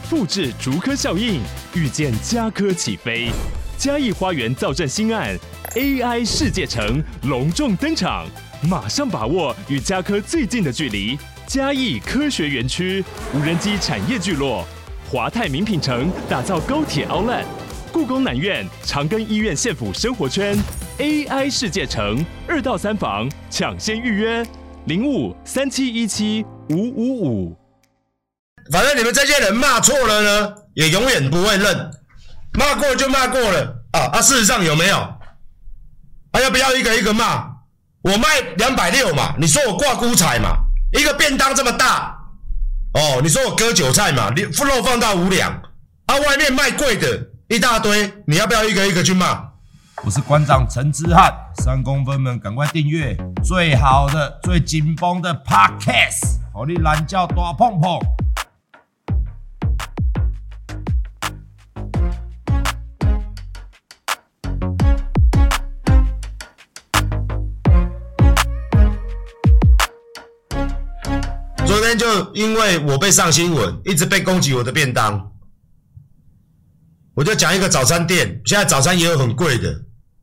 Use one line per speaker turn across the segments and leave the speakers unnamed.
复制竹科效应，预见家科起飞。嘉义花园造镇新案 AI 世界城隆重登场，马上把握与家科最近的距离。嘉义科学园区、无人机产业聚落、华泰名品城打造高铁 Outlet， 故宫南院、长庚医院县府生活圈 AI 世界城2到3房抢先预约0537175555。
反正你们这些人骂错了呢，也永远不会认，骂过就骂过了啊！事实上有没有？要不要一个一个骂？我卖260嘛，你说我挂菇彩嘛？一个便当这么大，你说我割韭菜嘛？肉放到5两，外面卖贵的一大堆，你要不要一个一个去骂？
我是馆长陈之汉，3公分们赶快订阅最好的、最紧绷的 Podcast， 让你懒觉大碰碰。
昨天就因为我被上新闻，一直被攻击我的便当，我就讲一个早餐店，现在早餐也有很贵的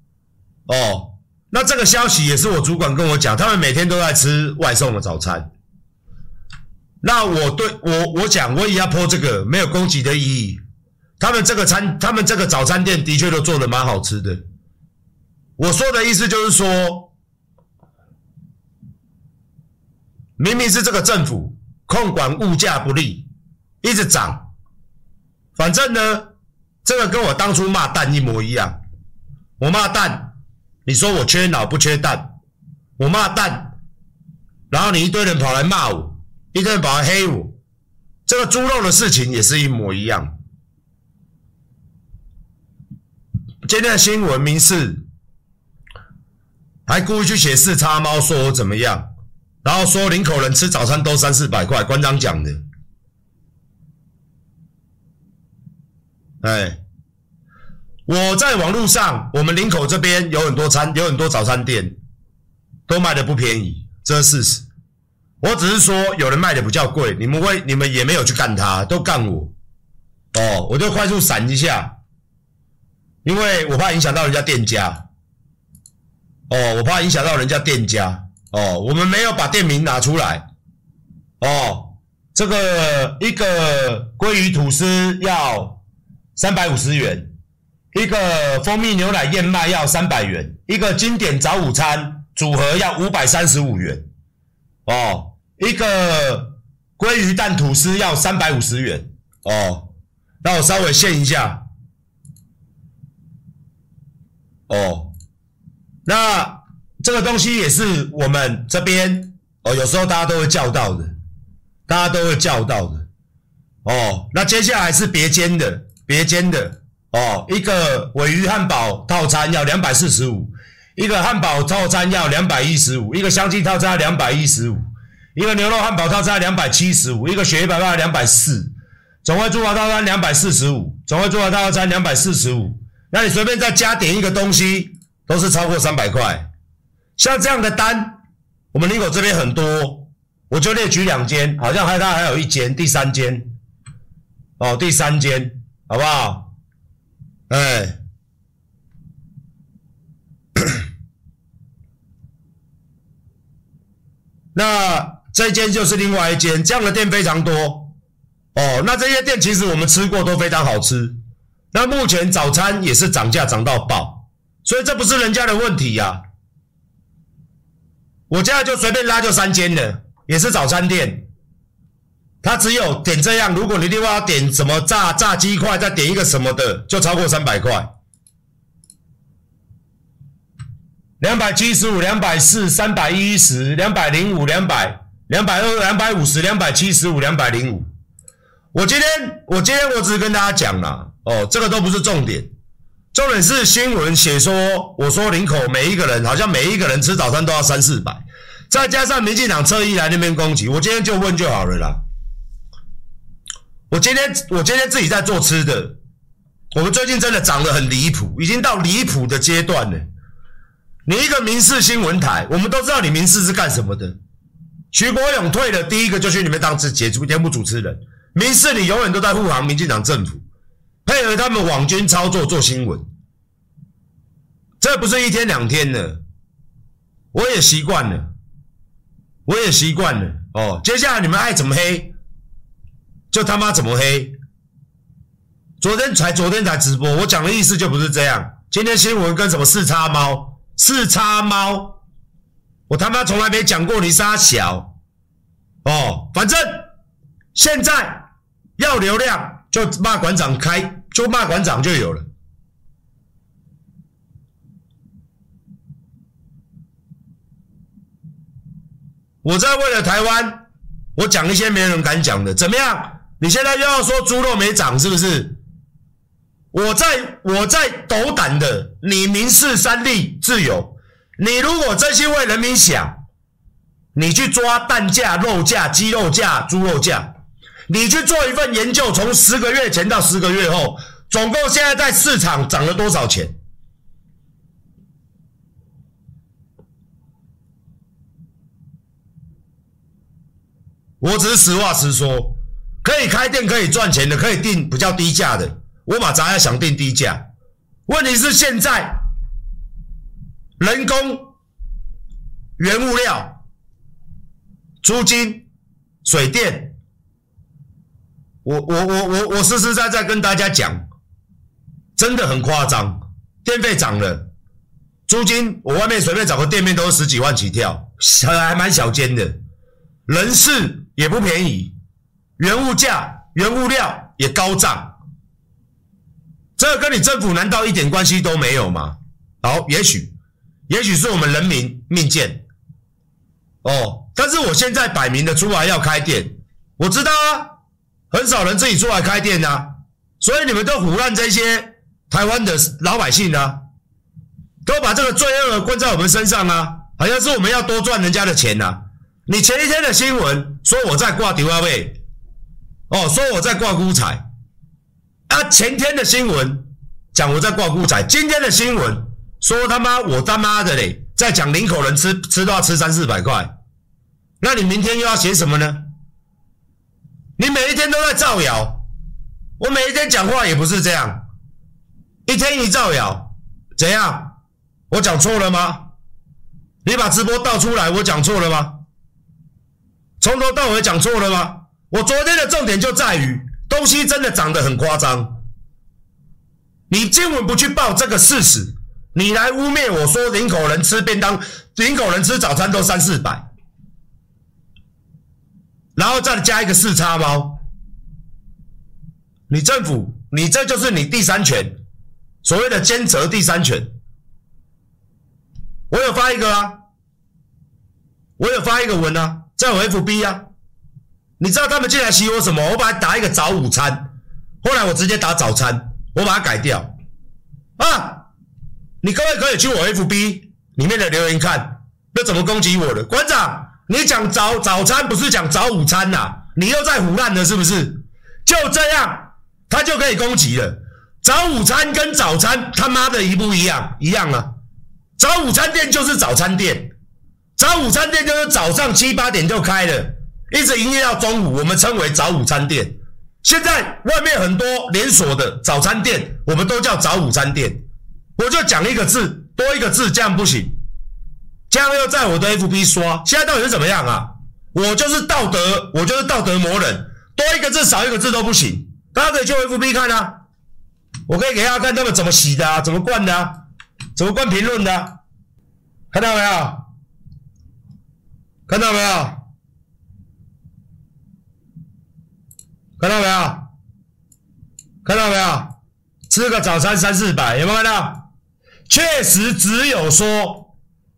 那这个消息也是我主管跟我讲，他们每天都在吃外送的早餐。那我讲我也要 po 这个，没有攻击的意义。他们这个早餐店的确都做得蛮好吃的。我说的意思就是说，明明是这个政府控管物价不力，一直涨。反正呢，这个跟我当初骂蛋一模一样。我骂蛋，你说我缺脑不缺蛋。我骂蛋，然后你一堆人跑来骂我，一堆人跑来黑我。这个猪肉的事情也是一模一样。今天的新闻民视还故意去写4叉猫，说我怎么样。然后说林口人吃早餐都300-400块，馆长讲的。我在网络上，我们林口这边有很多早餐店，都卖的不便宜，这是事实。我只是说有人卖的比较贵，你们也没有去干他，都干我。我就快速闪一下，因为我怕影响到人家店家。我们没有把店名拿出来。这个一个鲑鱼吐司要350元，一个蜂蜜牛奶燕麦要300元，一个经典早午餐组合要535元。一个鲑鱼蛋吐司要350元。那我稍微限一下。那这个东西也是我们这边有时候大家都会叫到的，那接下来是别间的一个鲔鱼汉堡套餐要245，一个汉堡套餐要215，一个香鸡套餐要215，一个牛肉汉堡套餐275，一个鳕鱼白饭240，总汇猪扒套餐245，总汇猪扒套餐245。那你随便再加点一个东西，都是超过300块。像这样的单，我们林口这边很多，我就列举2间，好像还有1间，第3间，好不好？那这一间就是另外一间，这样的店非常多。那这些店其实我们吃过，都非常好吃。那目前早餐也是涨价涨到爆，所以这不是人家的问题呀。我现在就随便拉就3间了，也是早餐店。他只有点这样，如果你另外要点什么炸鸡块，再点一个什么的，就超过300块。275、240、310、205、200、220、250、275、205。我今天我只是跟大家讲啦，这个都不是重点。重点是新闻写说，我说林口每一个人好像每一个人吃早餐都要300-400，再加上民进党侧翼来那边攻击，我今天就问就好了啦。我今天自己在做吃的，我们最近真的涨得很离谱，已经到离谱的阶段了。你一个民视新闻台，我们都知道你民视是干什么的。徐国勇退了，第一个就去你们当节目主持人， 民视你永远都在护航民进党政府，配合他们网军操作做新闻，这不是一天两天的，我也习惯了，哦。接下来你们爱怎么黑，就他妈怎么黑。昨天才直播，我讲的意思就不是这样。今天新闻跟什么四叉猫，我他妈从来没讲过你杀小哦。反正现在要流量就骂馆长就有了。我在为了台湾，我讲一些没人敢讲的，怎么样？你现在又要说猪肉没涨是不是？我在斗胆的，你民视三立自由，你如果真心为人民想，你去抓蛋价、肉价、鸡肉价、猪肉价，你去做一份研究，从10个月前到10个月后，总共现在在市场涨了多少钱？我只是实话实说，可以开店可以赚钱的，可以定比较低价的，我马杂要想定低价。问题是现在人工、原物料、租金、水电，我实实在在跟大家讲，真的很夸张。电费涨了，租金我外面随便找个店面都是10几万起跳，还蛮小间的。人事也不便宜，原物价、原物料也高涨，这个跟你政府难道一点关系都没有吗？好，也许是我们人民命贱哦，但是我现在摆明的出来要开店，我知道啊，很少人自己出来开店啊，所以你们都唬烂这些台湾的老百姓啊，都把这个罪恶关在我们身上啊，好像是我们要多赚人家的钱啊。你前一天的新闻说我在挂丢啊位，哦，说我在挂孤彩，啊，前天的新闻讲我在挂孤彩，今天的新闻说我他妈的嘞，在讲林口人吃都要吃300-400块，那你明天又要写什么呢？你每一天都在造谣，我每一天讲话也不是这样，一天一造谣，怎样？我讲错了吗？你把直播倒出来，我讲错了吗？从头到尾讲错了吗？我昨天的重点就在于东西真的涨得很夸张，你新闻不去报这个事实，你来污蔑我说林口人吃便当，林口人吃早餐都300-400，然后再加一个4叉猫，你政府，你这就是你第三权，所谓的监责第三权。我有发一个啊，我有发一个文啊，在我 FB 啊，你知道他们进来洗我什么？我把它打一个早午餐，后来我直接打早餐，我把它改掉啊。你各位可以去我 FB 里面的留言看，那怎么攻击我的？馆长，你讲早餐不是讲早午餐啊，你又在胡乱了是不是？就这样，他就可以攻击了。早午餐跟早餐他妈的一不一样？一样啊。早午餐店就是早餐店，早午餐店就是早上7、8点就开了，一直营业到中午，我们称为早午餐店。现在外面很多连锁的早餐店，我们都叫早午餐店。我就讲一个字，多一个字，这样不行，这样又在我的 FB 刷，现在到底是怎么样啊？我就是道德魔人，多一个字少一个字都不行。大家可以去 FB 看啊，我可以给大家看他们怎么洗的啊，怎么灌的啊，怎么灌评论的啊，看到没有？看到没有？看到没有？看到没有？吃个早餐300-400，有没有看到？确实只有说，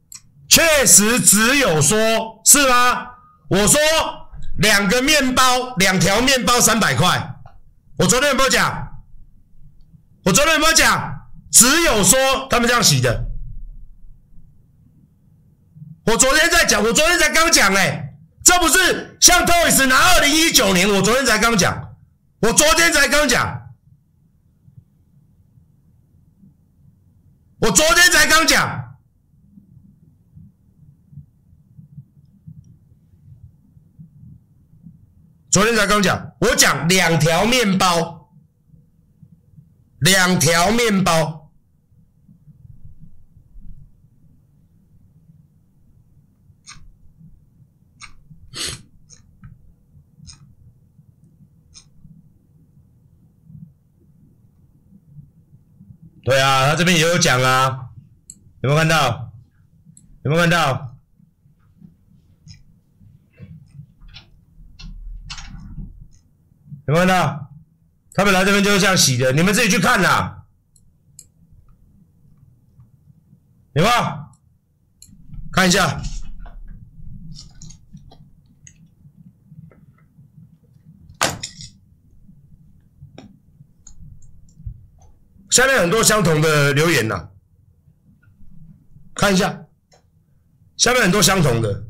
是吗？我说2条面包300块，我昨天有没有讲？只有说他们这样洗的。我昨天才刚讲这不是像 Toys 拿2019年，我昨天才刚讲。 昨天才刚讲，我讲2条面包，2条面包。对啊，他这边也有讲啊，有没有看到？有没有看到？有没有看到？他们来这边就是这样洗的，你们自己去看啦，有没有？看一下。下面很多相同的留言呐，看一下，下面很多相同的。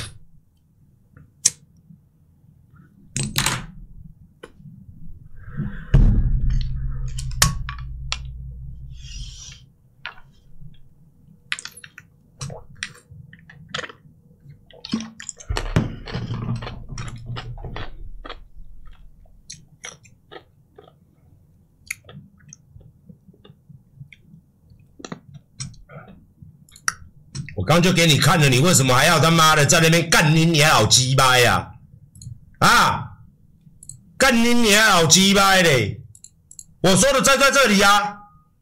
我刚就给你看了，你为什么还要他妈的在那边干你老鸡掰呀？啊，干你老鸡掰嘞！我说的在这里啊。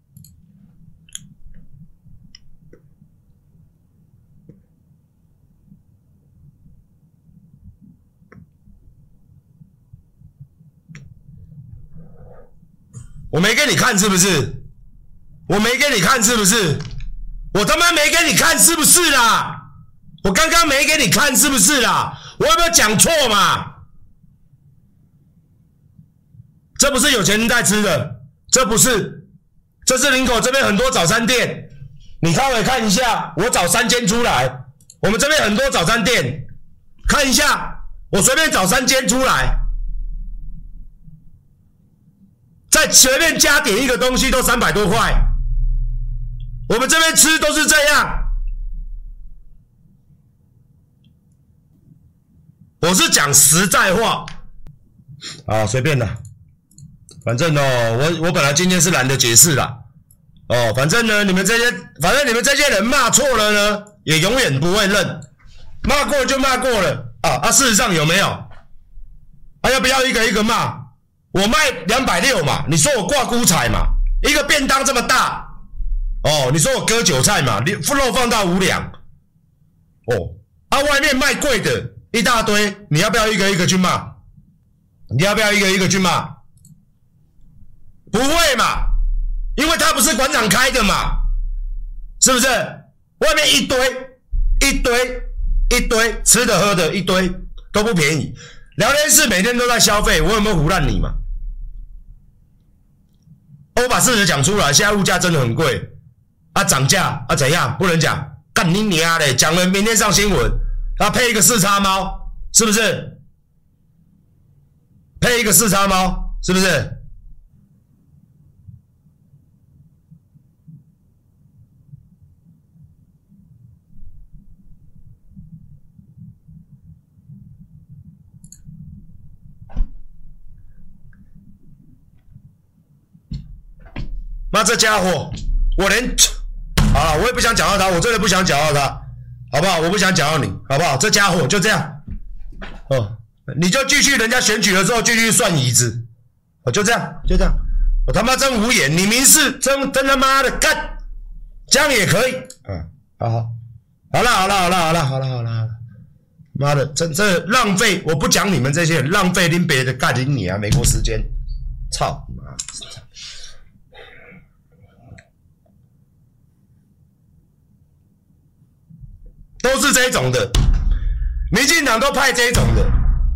我没给你看是不是？我没给你看是不是？我他妈没给你看是不是啦？我刚刚没给你看是不是啦？我有没有讲错嘛？这不是有钱人在吃的，这不是，这是林口这边很多早餐店，你稍微看一下，我找3间出来，我们这边很多早餐店，看一下，我随便找3间出来，再随便加点一个东西都300多块。我们这边吃都是这样，我是讲实在话，啊，随便的，反正哦，我本来今天是懒得解释啦，哦，反正呢，你们这些人骂错了呢，也永远不会认，骂过了就骂过了啊，事实上有没有？啊，要不要一个一个骂？我卖260嘛，你说我挂菇彩嘛，一个便当这么大。哦，你说我割韭菜嘛？肉放到5两，哦，啊，外面卖贵的一大堆，你要不要一个一个去骂？你要不要一个一个去骂？不会嘛，因为他不是馆长开的嘛，是不是？外面一堆吃的喝的一堆都不便宜，聊天室每天都在消费，我有没有唬烂你嘛？我把事实讲出来，现在物价真的很贵。啊，涨价啊，怎样？不能讲，干你娘嘞！讲了明天上新闻，啊，配一个4叉猫，是不是？配一个4叉猫，是不是？妈，这家伙，我连。好了，我也不想讲到他，我真的不想讲到他，好不好？我不想讲到你，好不好？这家伙就这样，哦，你就继续人家选举的时候继续算椅子，哦，就这样，我他妈真无言，你明示真他妈的干，这样也可以，好了，妈的，真浪费，我不讲你们这些人，浪费林北的干你啊，美国时间，操妈！都是这种的，民进党都派这种的，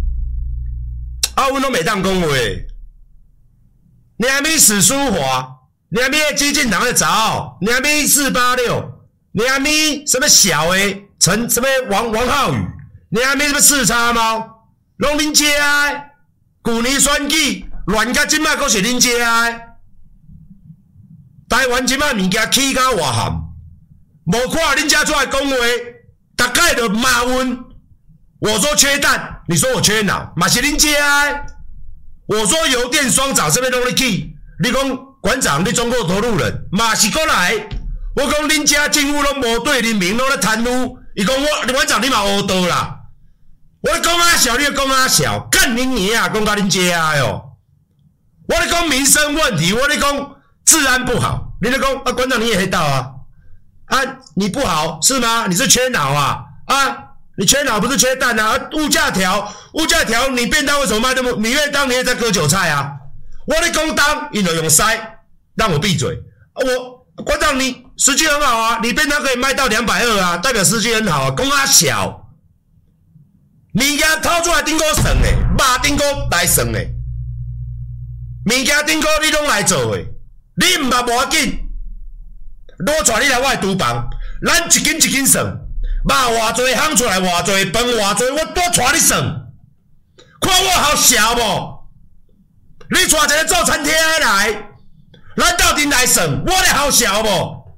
阮都没当讲话，你还没史书华，你还没激进党的早，你还没486，你还没什么小的什么王浩宇，你还没什么4叉猫，拢恁家的，去年选举乱到今麦阁是恁家的，台湾今麦物件起到偌咸，无看恁家出来讲话。大概就骂阮，我说缺蛋， 你说我缺脑，嘛是恁家的。我说油电双涨，这边拢咧去。你讲馆长，你中国投入人，嘛是过来。我讲恁家政府拢无对人民拢咧贪污，伊讲我馆长你嘛乌道啦。我咧讲啊小，你咧讲啊小，干恁娘啊，讲到恁家哟。我咧讲民生问题，我咧讲治安不好，你咧讲啊馆长你也黑道啊。啊，你不好是吗？你是缺脑啊？啊，你缺脑不是缺蛋啊？物价调，你便当为什么卖那么？你便当你也在割韭菜啊？我的公当，你就用塞，让我闭嘴。我馆长你时机很好啊，你便当可以卖到220啊，代表时机很好啊。公啊小，物件掏出来顶哥算诶，肉顶哥来算诶，物件顶哥你拢来做诶，你唔捌无要紧。我带你来我的厨房，咱一斤一斤算，肉偌济烘出来偌济，饭偌济，我带你算，看我好笑无？你带一个做餐厅的来，咱斗阵来算，我咧好笑无？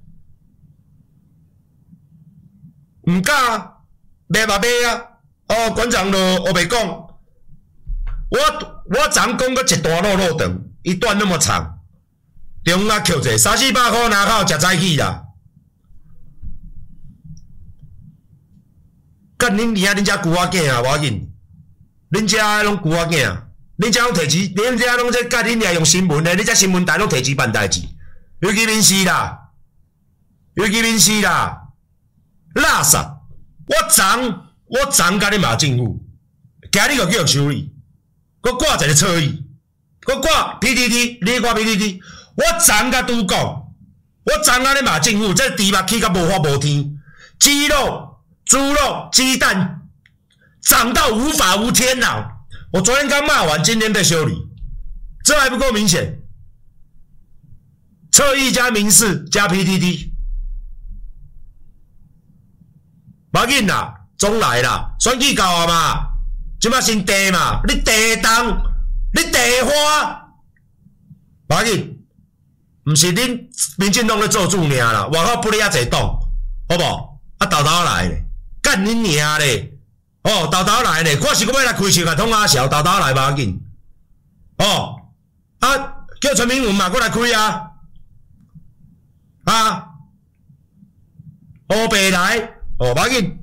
唔敢啊，卖嘛卖啊！哦，馆长就我袂讲，我昨讲个一段路长，一段那么长。中啊扣者300-400块拿口食早起啦！干恁娘，恁遮舅仔囝啊，无要紧，恁遮拢舅仔囝，恁遮拢摕钱，恁遮拢在甲恁娘用新闻的，恁遮新闻台拢摕钱办代志，尤其民视啦，垃圾！我昨甲你骂政府，今日就叫修理，我挂一个错意，我挂 PTT， 你挂 PTT。我昨甲拄讲，我昨仔咧骂政府，这猪肉起甲无法无天，鸡肉、猪肉、鸡蛋涨到无法无天了。我昨天刚骂完，今天被修理，这还不够明显。侧翼加民视加 PTT， 无要紧啦，总来啦，选举到啊嘛，即摆先地嘛，你地动，你地花，无要紧。毋是恁民进党咧做主尔啦，外口不咧遐济党，好无？啊，豆豆来咧，干恁娘咧！哦，豆豆来咧，我是要来开枪啊，捅阿小，豆豆来无要紧。哦，啊，叫陈明文嘛，过来开啊！啊，黑白来，哦，无要紧。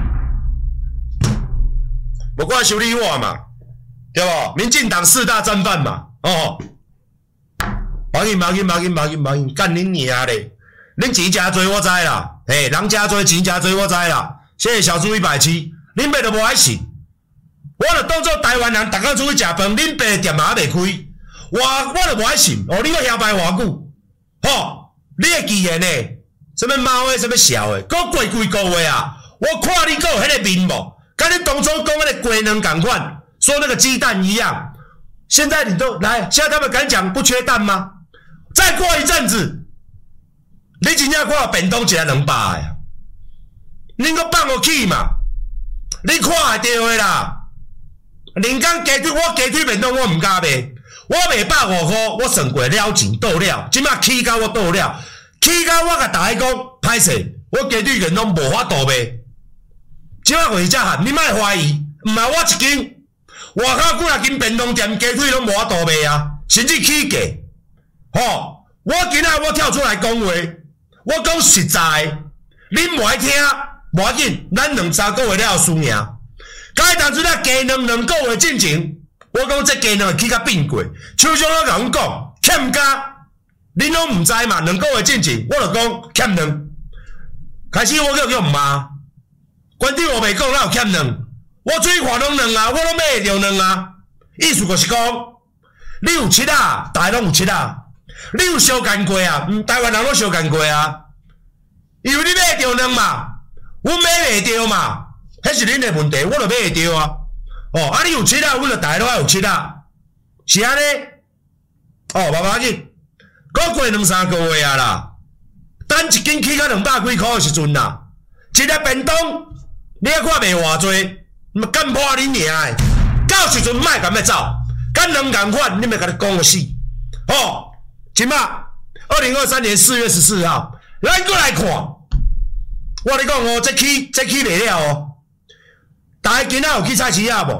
无我来修理我嘛，对无？民进党4大战犯嘛，哦。毛紧，干恁娘咧！恁钱诚多我知啦，嘿，人诚多钱诚多我知啦。谢谢小猪170，恁爸都无爱信，我就当做台湾人，逐工出去食饭，恁爸店嘛还袂开，我就无爱信。哦，你要嚣牌偌久？吼，你会记诶呢？什么猫诶，什么潲诶，搁过几个月啊？我看你搁有迄个面无？跟你当初讲迄个龟能共款，说那个鸡蛋一样。现在你都来，现在他们敢讲不缺蛋吗？再过一阵子，你真正看便当一个200个啊！恁搁放互起嘛？你看会到的啦。人工鸡腿，我鸡腿便当我毋敢卖，我卖150块，我算过了钱倒了，即摆起到我倒了，起到我甲大家讲歹势，我鸡腿便当无法度卖。即摆回家喊，你莫怀疑，毋系我一间，外口几啊间便当店鸡腿拢无法度卖啊，甚至起价。吼！我今仔我跳出来讲话，我讲实在，恁无爱听，无要紧，咱2-3个月了后输赢。甲伊当初咱鸡卵2个月进前，我讲这鸡卵会起甲变贵，厂商都甲阮讲欠价，恁拢毋知嘛？2个月进前，我就讲欠卵。开始我叫骂，馆长我袂讲哪有欠卵，我出去看拢卵啊，我拢买会着卵啊。意思就是讲，你有7啊，大家拢有7啊。你有相干过啊？台湾人拢相干过啊。因为你买会着卵嘛，阮买袂着嘛，迄是恁的问题，我就买会着啊。哦，啊，你有7啊，阮就大家拢爱有7啊，是安尼。哦，无要紧，搁过2-3个月啊啦。等一斤起到200几块的时阵啦，一个便当你看卖偌济，干破恁娘的！到时阵莫敢要走，干两共款，你咪甲你讲个死。哦。即摆2023年4月14号，咱过来看。我咧讲哦，这起袂了哦。大家今仔有去菜市仔无？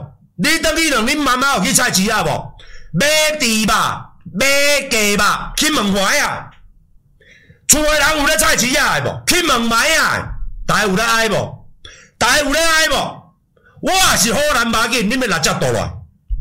你等去两恁妈妈有去菜市啊无？买猪吧，买鸡吧，去问怀啊。厝诶人有咧菜市啊无？去问买啊。大家有咧爱无？大家有咧爱无？我也是好人马紧，你们六只倒来，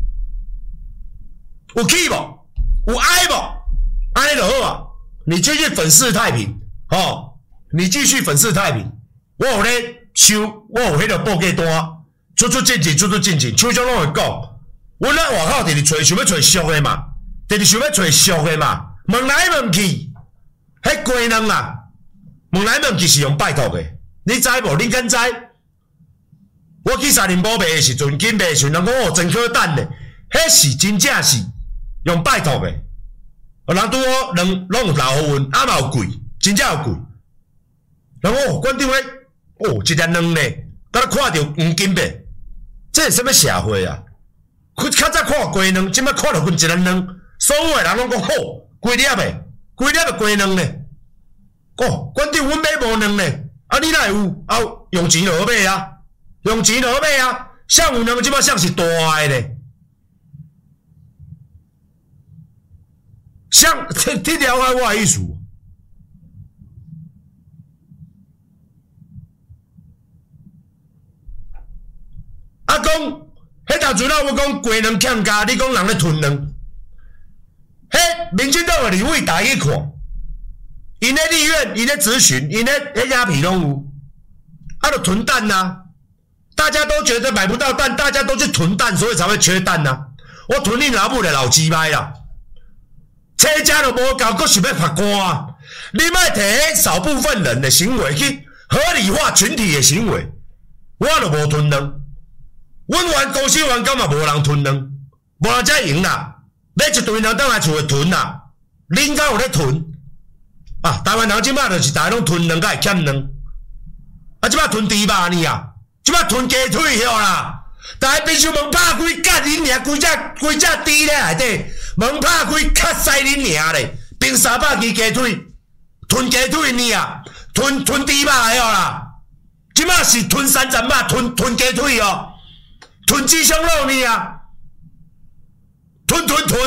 有去无？有爱无？安尼就好啊。你继续粉饰太平，你继续粉饰太平。我有咧收，我有迄个报价单，出进前，厂商拢会讲。阮咧外口直直找，想要找俗的嘛，直直想要找俗的嘛，问来问去，迄鸡卵啊，问来问去是用拜托的，你知无？你敢知？我去沙林堡卖的时阵，紧卖的时阵，人讲哦真可等的，迄是真正是用拜托的。人拄好拢有老运，嘛有贵，真正有贵。人讲哦，馆长咧，哦一粒卵咧，等看到黄金币，这是什么社会啊？较早看鸡卵，即摆看到分一粒卵，所有的人拢讲好，规粒的鸡卵咧。哦，馆长阮买无卵咧，啊你哪会有？啊用钱就好买啊。用钱就好买啊！像有两即摆像是大个咧，像你了解我的意思。啊讲，迄头阵啊，我讲鸡卵欠价，你讲人咧囤卵，迄民进党的立委大家去看，因咧立院，因咧咨询，因咧迄鸦片拢有，啊，就囤蛋啊。大家都觉得买不到蛋，大家都去囤蛋，所以才会缺蛋啊！我囤你老母的老鸡掰啦，车价都无够，阁想要罚官啊！你莫摕少部分人的行为去合理化群体的行为，我就无囤卵。阮公司员工嘛无人囤卵，无人才赢啦！买一堆人倒来厝里囤啦，恁敢有咧囤？啊！台湾人即摆就是大家拢囤卵，甲会欠卵，啊！即摆囤猪肉呢啊！即摆囤鸡腿晓啦，大家冰箱门拍开，干恁娘规只猪咧内底，门拍开，卡死恁娘咧，冰300支鸡腿，囤鸡腿呢啊，囤猪肉晓啦，即摆是囤300肉，囤鸡腿哦，囤鸡胸肉呢啊，囤，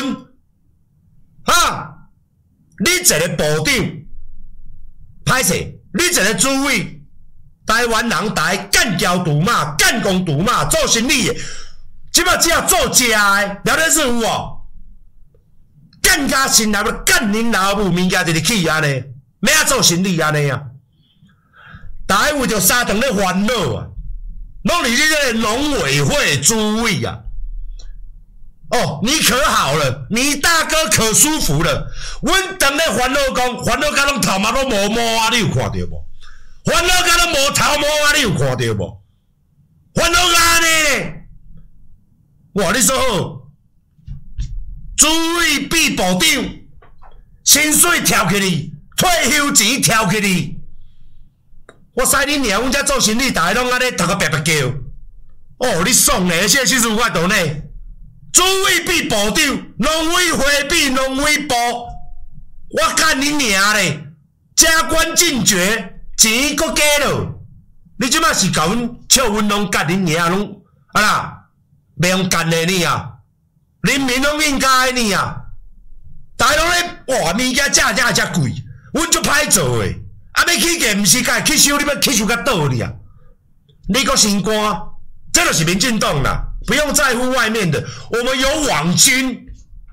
哈！你一个部长，歹势，你一个主委。台湾人大干交赌马、干公赌马做生意的，即摆只要做食的，聊天室有哦。干家心内要干恁老母物件就是去安尼，要做生意安尼啊。大家为着三顿咧烦恼啊，拢是你这个农委会主委啊。哦，你可好了，你大哥可舒服了。阮当咧烦恼讲，烦恼甲拢头毛都无毛啊，你有看到无？烦恼甲拢无头毛啊！你有看到无？烦恼安尼，哇！你说好，主委比部长，薪水跳起哩，退休钱跳起哩。我使恁娘，阮遮做生意，大家拢安尼头壳白白叫。哦，你爽嘞！谢谢师傅，我倒呢。主委比部长，农委会比农委部，我干恁娘嘞！加官进爵。钱搁加了，你即摆是甲阮笑阮拢干恁娘拢啊啦，袂用干的你啊，人民拢应该的你啊，大家拢咧哇，物件遮贵，阮足歹做诶，啊要起价毋是甲去收，你要去收甲倒你啊，你搁升官，这就是民进党啦，不用在乎外面的，我们有网军，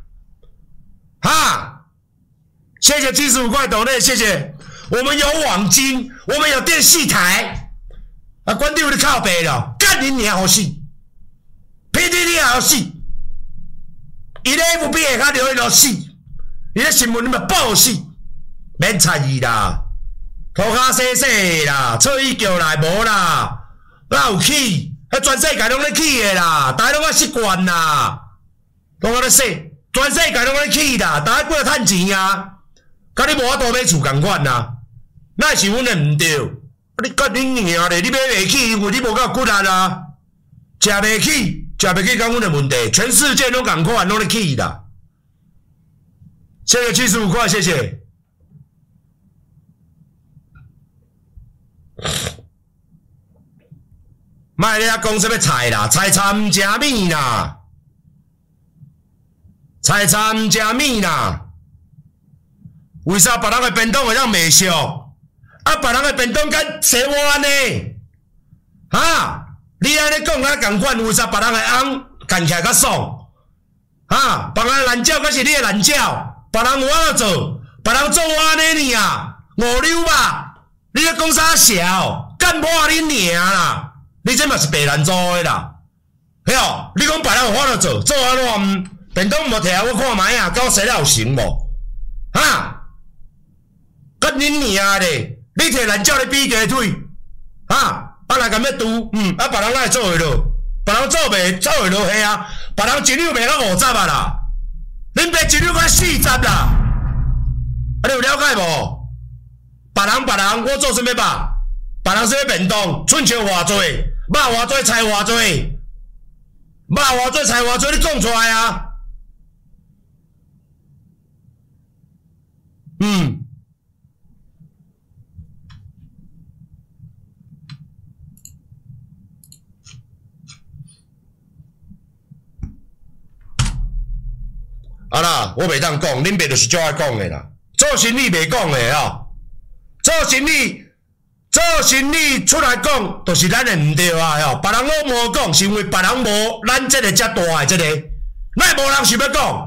哈，谢谢75块斗内，谢谢。我们有网金，我们有电视台，啊，关掉你靠北了，干你娘好死 ，PTT 也好死，伊咧 FB 下骹留迄落死，伊咧新闻你咪报死，免睬伊啦，涂骹洗洗啦，错意叫来无啦，哪有起？迄全世界拢咧起的啦，大家拢爱习惯啦，拢咧洗，全世界拢咧起啦，大家过来趁钱啊，甲你无法度买厝共款啦。那是阮的毋对，你干恁娘咧！你买袂起，因为你无够骨力啊！食袂起，讲阮的问题，全世界拢共款，拢咧起啦。谢谢75块，谢谢。 莫咧讲什么菜啦，菜菜毋食米啦，菜菜毋食米啦。为啥别人的便当会当袂俗？啊，别人的便当敢洗碗呢？哈，你安尼讲甲共款，为啥别人的翁干起来较爽？哈，别人的懒觉敢是你的懒觉？别人有法做，别人做我安尼尔，五柳吧？你咧讲啥潲？干破恁娘啦！你这嘛是白人做的啦，嘿哦！你讲别人有法度做，做安怎？便当无摕来我看卖啊，甲我洗了有成无？哈！干恁娘咧！你摕烂鸟咧比鸡腿，哈！啊来甲要拄，啊别人哪会做会落？别人做会落嘿啊！别人一两卖到50啊啦，恁卖一两到40啦，啊你有了解无？别人，我做啥物吧？别人啥物便当，寸笑偌济，肉偌济，菜偌济，肉偌济，菜偌济，你讲出来啊？啊啦，我袂当讲，恁爸就是照爱讲的啦。做生意袂讲的哦，做生意出来讲，就是咱的毋对啊！吼，别人拢无讲，是因为别人无咱这个遮大的这个，哪无人想要讲？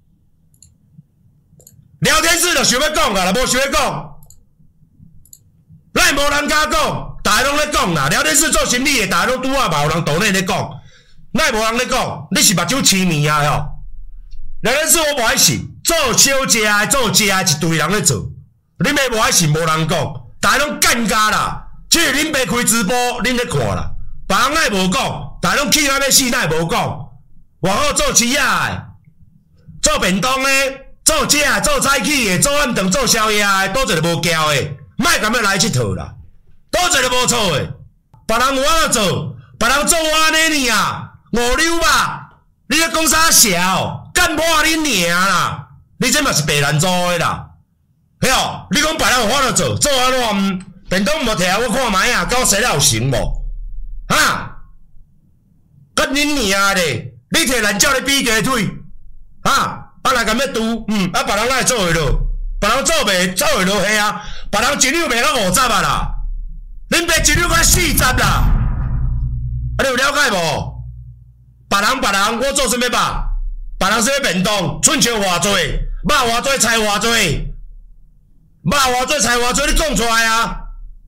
聊天室就想要讲啊，若无想要讲，哪无人敢讲？大家拢咧讲啦，聊天室做生意的，大家拢拄啊嘛，有人岛内咧讲，哪无人咧讲？你是目睭痴迷啊！吼，聊天室我无爱信，做小食的，做食的一堆人咧做，恁爸无爱信，无人讲。大家拢干家啦，即是恁爸开直播，恁咧看啦。别人哪会无讲，大家拢气到要死，哪会无讲？外口做鸡仔的，做便当的，做食的，做早起的，做暗顿，做宵夜的，倒一个无交的，莫咁要来佚佗啦，倒一个无错的。别人有法度做，别人做我安尼尔，五柳吧？你咧讲啥潲？干破恁娘啦！你这嘛是白人做的啦。嘿哦，你讲别人有法度做，做安怎？便当无摕来我看卖啊，甲我洗了有成无？哈！干恁娘咧！你摕烂鸟咧比鸡腿，哈！啊来甲要拄，啊别人哪会做会落？别人做会落嘿啊！别人一两卖到50啊啦，恁卖一两到40啦，啊你有了解无？别人，我做啥物吧？别人啥物便当，寸笑偌济，肉偌济，菜偌济。肉偌济，菜偌济，你讲出来啊！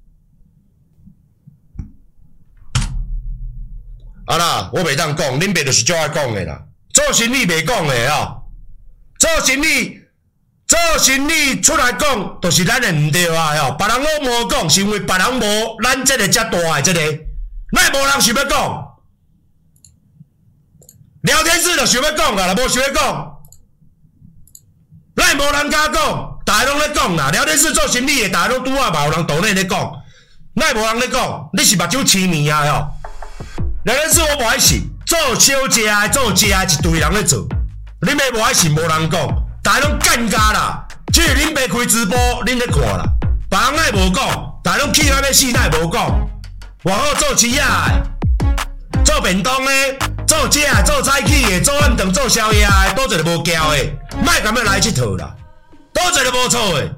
啊啦，我袂当讲，恁爸就是照爱讲的啦。做生意袂讲的哦，做生意出来讲，就是咱的毋对啊！吼，别人拢无讲，是因为别人无咱这个遮大的这个，哪无人想要讲？聊天室就想要讲啊，若无想要讲，哪无人敢讲？大家拢咧讲啦，聊天室做生意的，大家拢拄啊嘛，有人岛内咧讲，哪无人咧讲？你是目睭痴迷啊吼！聊天室我无爱信，做小食的，做食的一堆人咧做，恁爸无爱信，无人讲，大家拢干家啦。即是恁爸开直播，恁咧看啦，别人哪会无讲？大家拢气到要死，哪会无讲？外口做鸡仔的，做便当的，做食的，做早起的，做暗顿，做宵夜的，倒一个无交的，莫咁要来佚佗啦。倒一个无错诶，